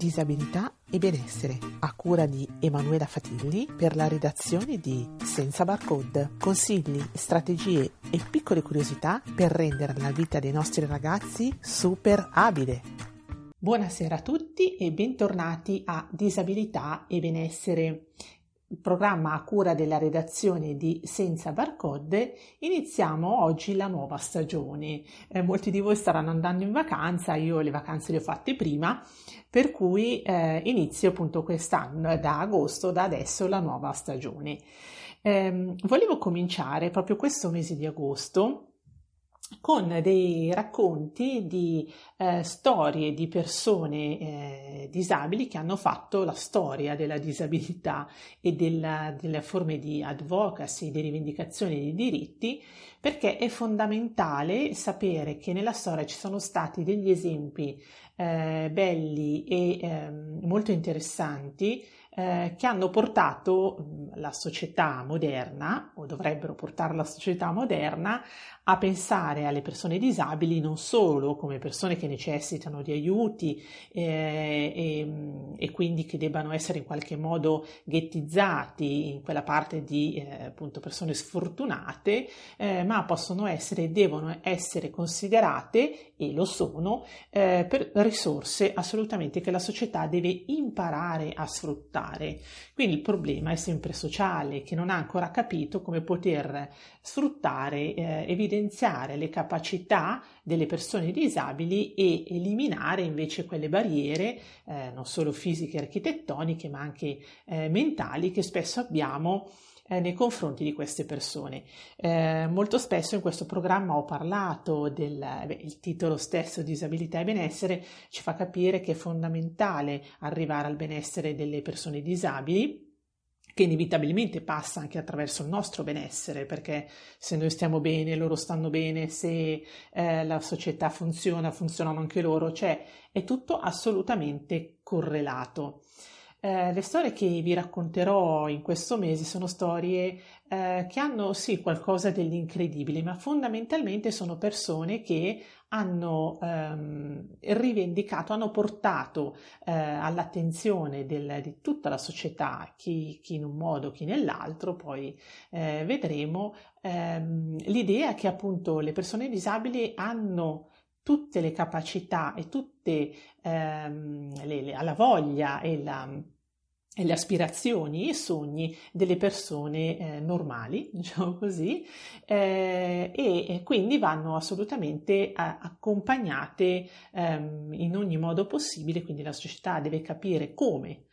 disabilità e benessere, a cura di Emanuela Fatilli per la redazione di Senza Barcode. Consigli, strategie e piccole curiosità per rendere la vita dei nostri ragazzi super abile. Buonasera a tutti e bentornati a Disabilità e Benessere, programma a cura della redazione di Senza Barcode. Iniziamo oggi la nuova stagione. Molti di voi staranno andando in vacanza, io le vacanze le ho fatte prima, per cui inizio appunto quest'anno, da agosto, da adesso, la nuova stagione. Volevo cominciare proprio questo mese di agosto con dei racconti di storie di persone disabili che hanno fatto la storia della disabilità e delle forme di advocacy, di rivendicazione di diritti, perché è fondamentale sapere che nella storia ci sono stati degli esempi belli e molto interessanti che hanno portato la società moderna, o dovrebbero portare la società moderna, a pensare alle persone disabili non solo come persone che necessitano di aiuti e quindi che debbano essere in qualche modo ghettizzati in quella parte di appunto persone sfortunate, ma possono essere, devono essere considerate, e lo sono, per risorse assolutamente che la società deve imparare a sfruttare. Quindi il problema è sempre sociale, che non ha ancora capito come poter sfruttare, evidenziare le capacità delle persone disabili e eliminare invece quelle barriere, non solo fisiche e architettoniche, ma anche mentali, che spesso abbiamo nei confronti di queste persone. Molto spesso in questo programma ho parlato il titolo stesso, Disabilità e benessere, ci fa capire che è fondamentale arrivare al benessere delle persone disabili, che inevitabilmente passa anche attraverso il nostro benessere, perché se noi stiamo bene, loro stanno bene, se la società funziona, funzionano anche loro, cioè è tutto assolutamente correlato. Le storie che vi racconterò in questo mese sono storie che hanno sì qualcosa dell'incredibile, ma fondamentalmente sono persone che hanno rivendicato, hanno portato all'attenzione di tutta la società, chi in un modo, chi nell'altro, poi vedremo l'idea che appunto le persone disabili hanno tutte le capacità e tutte la voglia e le aspirazioni e i sogni delle persone normali, diciamo così, e quindi vanno assolutamente accompagnate in ogni modo possibile, quindi la società deve capire come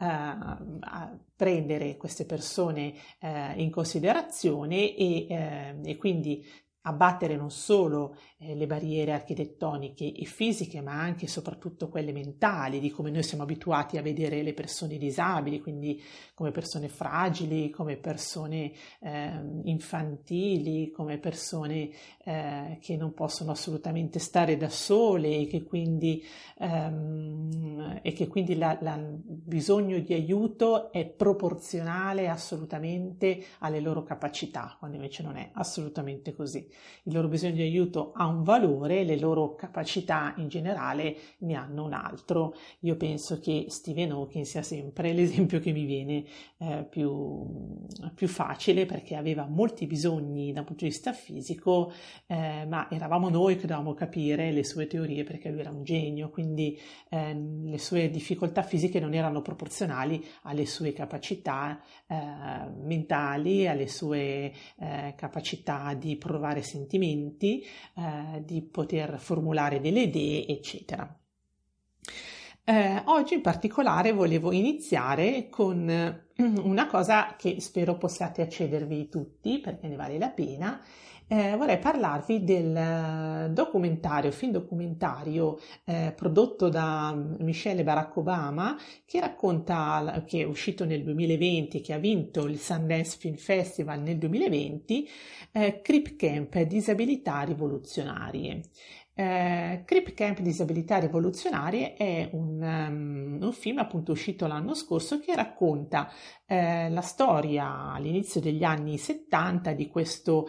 prendere queste persone in considerazione e quindi abbattere non solo le barriere architettoniche e fisiche, ma anche e soprattutto quelle mentali, di come noi siamo abituati a vedere le persone disabili, quindi come persone fragili, come persone infantili, come persone che non possono assolutamente stare da sole e che quindi il bisogno di aiuto è proporzionale assolutamente alle loro capacità, quando invece non è assolutamente così. Il loro bisogno di aiuto ha un valore, le loro capacità in generale ne hanno un altro. Io penso che Stephen Hawking sia sempre l'esempio che mi viene più facile, perché aveva molti bisogni da un punto di vista fisico, ma eravamo noi che dovevamo capire le sue teorie, perché lui era un genio, quindi le sue difficoltà fisiche non erano proporzionali alle sue capacità mentali, alle sue capacità di provare sentimenti, di poter formulare delle idee, eccetera. Oggi in particolare volevo iniziare con una cosa che spero possiate accedervi tutti, perché ne vale la pena. Vorrei parlarvi del film documentario prodotto da Michelle e Barack Obama, che racconta, che è uscito nel 2020, che ha vinto il Sundance Film Festival nel 2020, Crip Camp, disabilità rivoluzionarie. Crip Camp Disabilità Rivoluzionarie è un un film appunto uscito l'anno scorso che racconta la storia all'inizio degli anni 70 di questo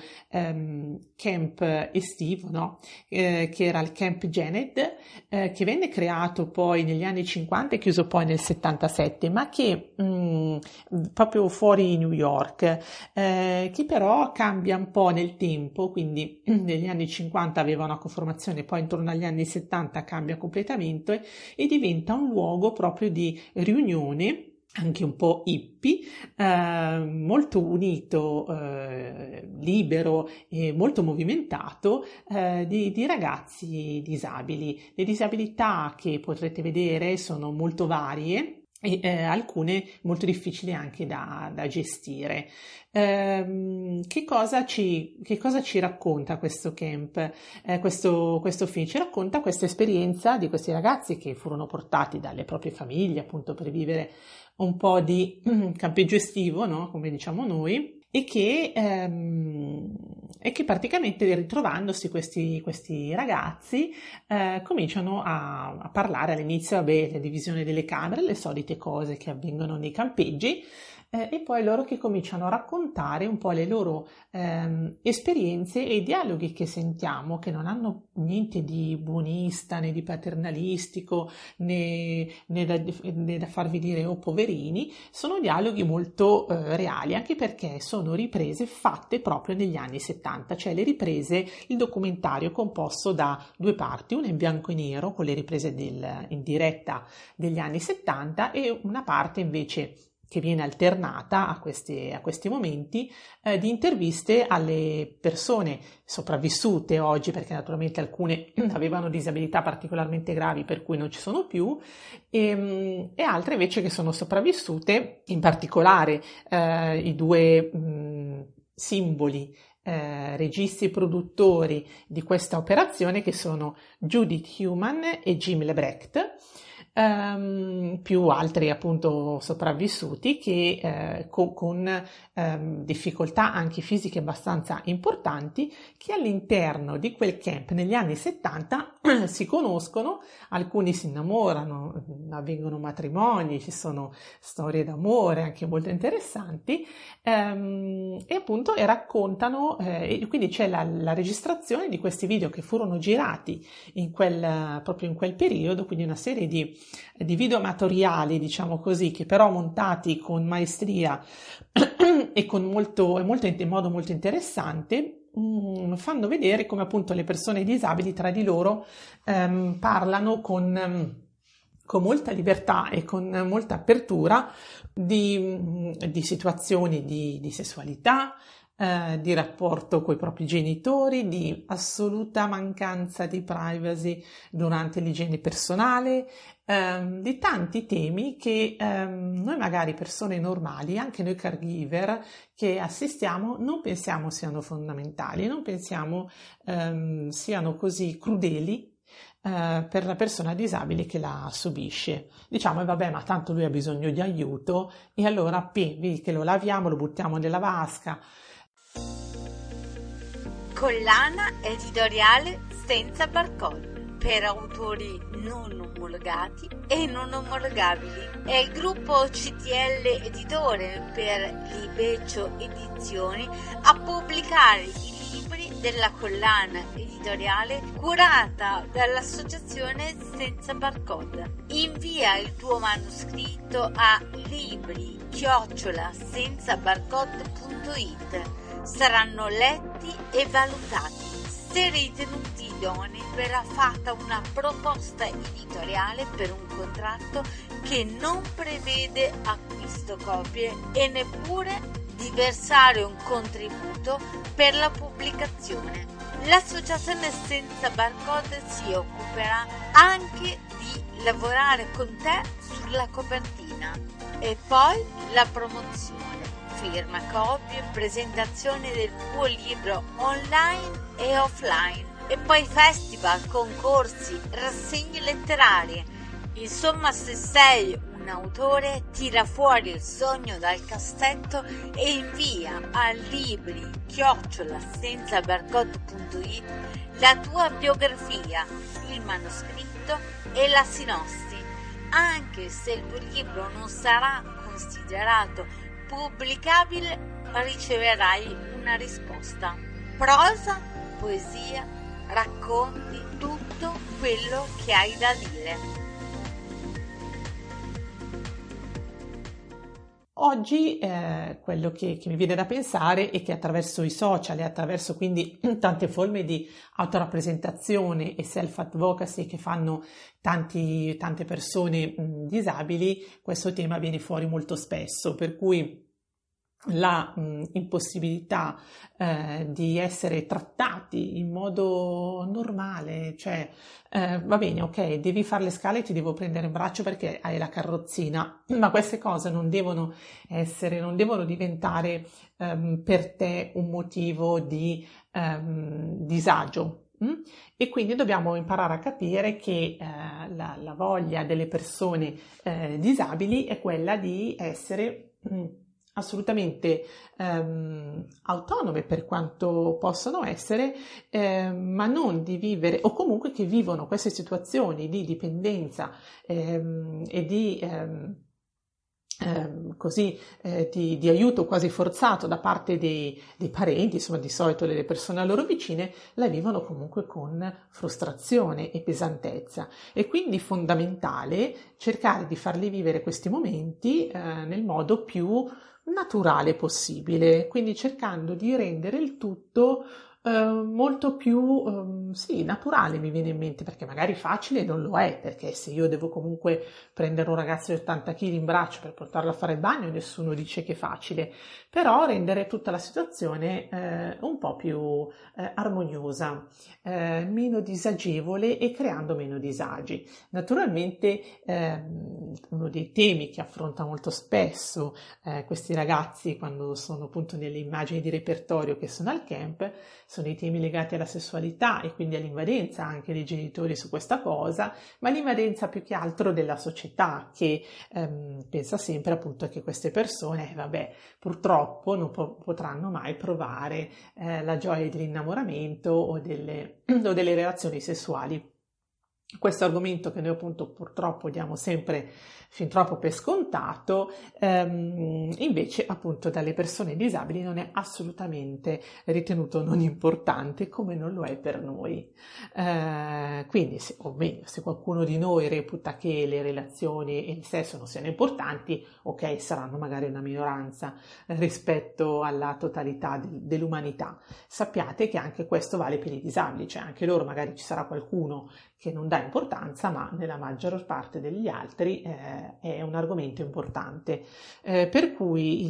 camp estivo, no? Che era il Camp Janet, che venne creato poi negli anni 50 e chiuso poi nel 77, ma che proprio fuori New York, che però cambia un po' nel tempo, quindi negli anni 50 aveva una conformazione, poi intorno agli anni 70 cambia completamente e diventa un luogo proprio di riunione, anche un po' hippie, molto unito, libero e molto movimentato, di ragazzi disabili. Le disabilità che potrete vedere sono molto varie e alcune molto difficili anche da gestire. Che cosa ci racconta questo camp, questo film? Ci racconta questa esperienza di questi ragazzi che furono portati dalle proprie famiglie appunto per vivere un po' di campeggio estivo, no? Come diciamo noi, e che praticamente ritrovandosi questi ragazzi cominciano a parlare all'inizio, la divisione delle camere, le solite cose che avvengono nei campeggi, e poi loro che cominciano a raccontare un po' le loro esperienze e i dialoghi che sentiamo, che non hanno niente di buonista né di paternalistico né da farvi dire oh poverini, sono dialoghi molto reali, anche perché sono riprese fatte proprio negli anni 70, cioè le riprese, il documentario composto da due parti, una in bianco e nero con le riprese in diretta degli anni 70 e una parte invece che viene alternata a questi momenti di interviste alle persone sopravvissute oggi, perché naturalmente alcune avevano disabilità particolarmente gravi per cui non ci sono più, e altre invece che sono sopravvissute, in particolare i due simboli registi e produttori di questa operazione, che sono Judith Heumann e Jim Lebrecht, più altri appunto sopravvissuti che con difficoltà anche fisiche abbastanza importanti, che all'interno di quel camp negli anni 70 si conoscono, alcuni si innamorano, avvengono matrimoni, ci sono storie d'amore anche molto interessanti, e appunto raccontano, e quindi c'è la registrazione di questi video che furono girati proprio in quel periodo, quindi una serie di video amatoriali, diciamo così, che però montati con maestria e in modo molto interessante, fanno vedere come appunto le persone disabili tra di loro parlano con molta libertà e con molta apertura di situazioni di sessualità, di rapporto con i propri genitori, di assoluta mancanza di privacy durante l'igiene personale, di tanti temi che noi magari persone normali, anche noi caregiver che assistiamo, non pensiamo siano fondamentali, non pensiamo siano così crudeli per la persona disabile che la subisce. Diciamo, vabbè, ma tanto lui ha bisogno di aiuto e allora vedi che lo laviamo, lo buttiamo nella vasca. Collana editoriale senza barcode per autori non omologati e non omologabili. È il gruppo CTL Editore per Libecio Edizioni a pubblicare i libri della collana editoriale curata dall'associazione Senza Barcode. Invia il tuo manoscritto a libri@senzabarcode.it. Saranno letti e valutati. Se ritenuti idonei verrà fatta una proposta editoriale per un contratto che non prevede acquisto copie e neppure di versare un contributo per la pubblicazione. L'associazione Senza Barcode si occuperà anche di lavorare con te sulla copertina. E poi la promozione, firma copie, presentazione del tuo libro online e offline, e poi festival, concorsi, rassegne letterarie. Insomma, se sei un autore, tira fuori il sogno dal cassetto e invia a libri@senzabarcode.it la tua biografia, il manoscritto e la sinossi. Anche se il tuo libro non sarà considerato pubblicabile, riceverai una risposta. Prosa, poesia, racconti tutto quello che hai da dire. Oggi quello che mi viene da pensare è che attraverso i social e attraverso quindi tante forme di autorappresentazione e self-advocacy che fanno tante persone disabili, questo tema viene fuori molto spesso, per cui la impossibilità di essere trattati in modo normale, cioè va bene, ok, devi fare le scale, ti devo prendere in braccio perché hai la carrozzina, ma queste cose non devono diventare per te un motivo di disagio. E quindi dobbiamo imparare a capire che la voglia delle persone disabili è quella di essere assolutamente autonome per quanto possono essere, ma non di vivere, o comunque che vivono queste situazioni di dipendenza e di di aiuto quasi forzato da parte dei parenti, insomma di solito delle persone a loro vicine, la vivono comunque con frustrazione e pesantezza. E quindi è fondamentale cercare di farli vivere questi momenti nel modo più naturale possibile, quindi cercando di rendere il tutto molto più naturale, mi viene in mente, perché magari facile non lo è, perché se io devo comunque prendere un ragazzo di 80 kg in braccio per portarlo a fare il bagno, nessuno dice che è facile, però rendere tutta la situazione un po' più armoniosa, meno disagevole e creando meno disagi. Naturalmente uno dei temi che affronta molto spesso questi ragazzi quando sono appunto nelle immagini di repertorio che sono al camp sono i temi legati alla sessualità e quindi all'invadenza anche dei genitori su questa cosa, ma l'invadenza più che altro della società che pensa sempre appunto che queste persone, purtroppo non potranno mai provare la gioia dell'innamoramento o delle relazioni sessuali. Questo argomento che noi appunto purtroppo diamo sempre fin troppo per scontato, invece appunto dalle persone disabili non è assolutamente ritenuto non importante, come non lo è per noi. Quindi o meglio, se qualcuno di noi reputa che le relazioni e il sesso non siano importanti, ok, saranno magari una minoranza rispetto alla totalità dell'umanità. Sappiate che anche questo vale per i disabili, cioè anche loro magari ci sarà qualcuno che non dà importanza, ma nella maggior parte degli altri è un argomento importante. Per cui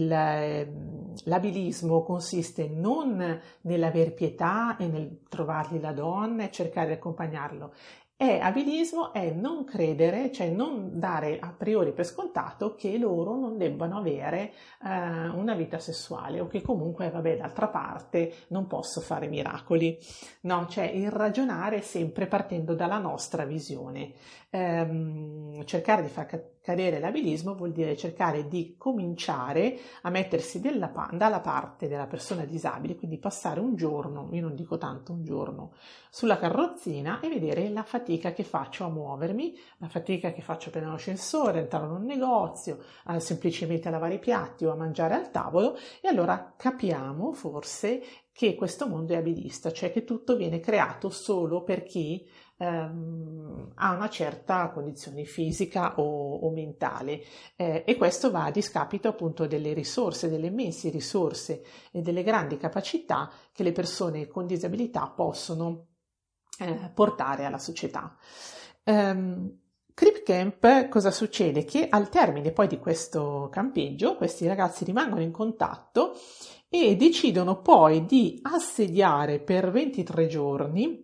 l'abilismo consiste non nell'aver pietà e nel trovargli la donna e cercare di accompagnarlo. Abilismo è non credere, cioè non dare a priori per scontato che loro non debbano avere una vita sessuale o che comunque, d'altra parte non posso fare miracoli. No, cioè il ragionare sempre partendo dalla nostra visione. Cercare di far cadere l'abilismo vuol dire cercare di cominciare a mettersi dalla parte della persona disabile, quindi passare un giorno, io non dico tanto un giorno, sulla carrozzina e vedere la fatica che faccio a muovermi, la fatica che faccio a prendere l'ascensore, entrare in un negozio, semplicemente a lavare i piatti o a mangiare al tavolo, e allora capiamo forse che questo mondo è abilista, cioè che tutto viene creato solo per chi ha una certa condizione fisica o mentale, e questo va a discapito appunto delle risorse, delle immense risorse e delle grandi capacità che le persone con disabilità possono portare alla società. Crip Camp, cosa succede? Che al termine poi di questo campeggio questi ragazzi rimangono in contatto e decidono poi di assediare per 23 giorni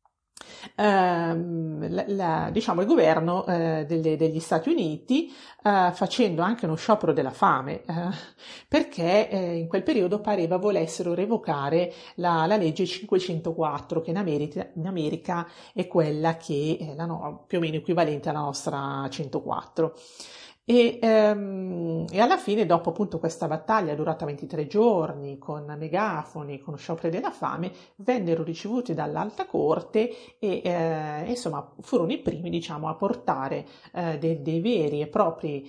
il governo degli Stati Uniti, facendo anche uno sciopero della fame, perché in quel periodo pareva volessero revocare la legge 504, che in America è quella che è più o meno equivalente alla nostra 104. E alla fine, dopo appunto questa battaglia durata 23 giorni con megafoni, con scioperi della fame, vennero ricevuti dall'alta corte e insomma furono i primi, diciamo, a portare dei veri e propri,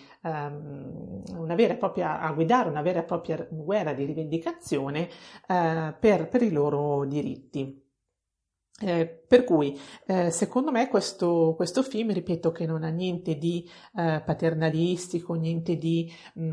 a guidare una vera e propria guerra di rivendicazione per i loro diritti. Per cui secondo me questo film, ripeto, che non ha niente di paternalistico, niente di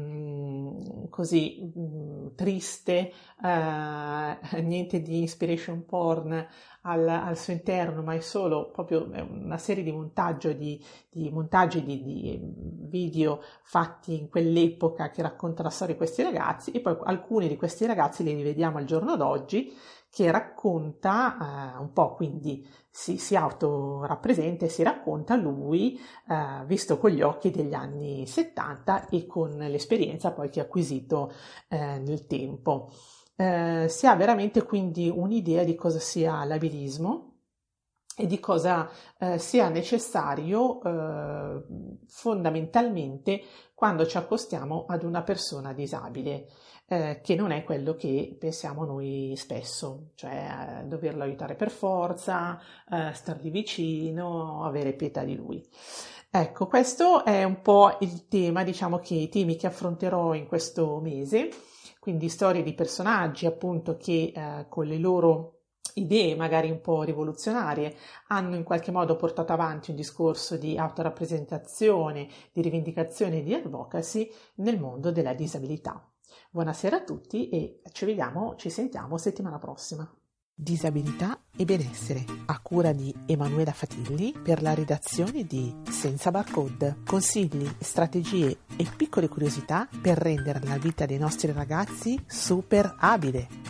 triste, niente di inspiration porn al suo interno, ma è solo proprio una serie di montaggi di video fatti in quell'epoca che racconta la storia di questi ragazzi, e poi alcuni di questi ragazzi li rivediamo al giorno d'oggi, che racconta un po', quindi si autorappresenta e si racconta lui visto con gli occhi degli anni 70 e con l'esperienza poi che ha acquisito nel tempo. Si ha veramente quindi un'idea di cosa sia l'abilismo e di cosa sia necessario fondamentalmente quando ci accostiamo ad una persona disabile, che non è quello che pensiamo noi spesso, cioè doverlo aiutare per forza, stargli vicino, avere pietà di lui. Ecco, questo è un po' il tema, diciamo che i temi che affronterò in questo mese, quindi storie di personaggi appunto che con le loro idee magari un po' rivoluzionarie hanno in qualche modo portato avanti un discorso di autorappresentazione, di rivendicazione e di advocacy nel mondo della disabilità. Buonasera a tutti e ci sentiamo settimana prossima. Disabilità e benessere, a cura di Emanuela Fatilli per la redazione di Senza Barcode. Consigli, strategie e piccole curiosità per rendere la vita dei nostri ragazzi super abile.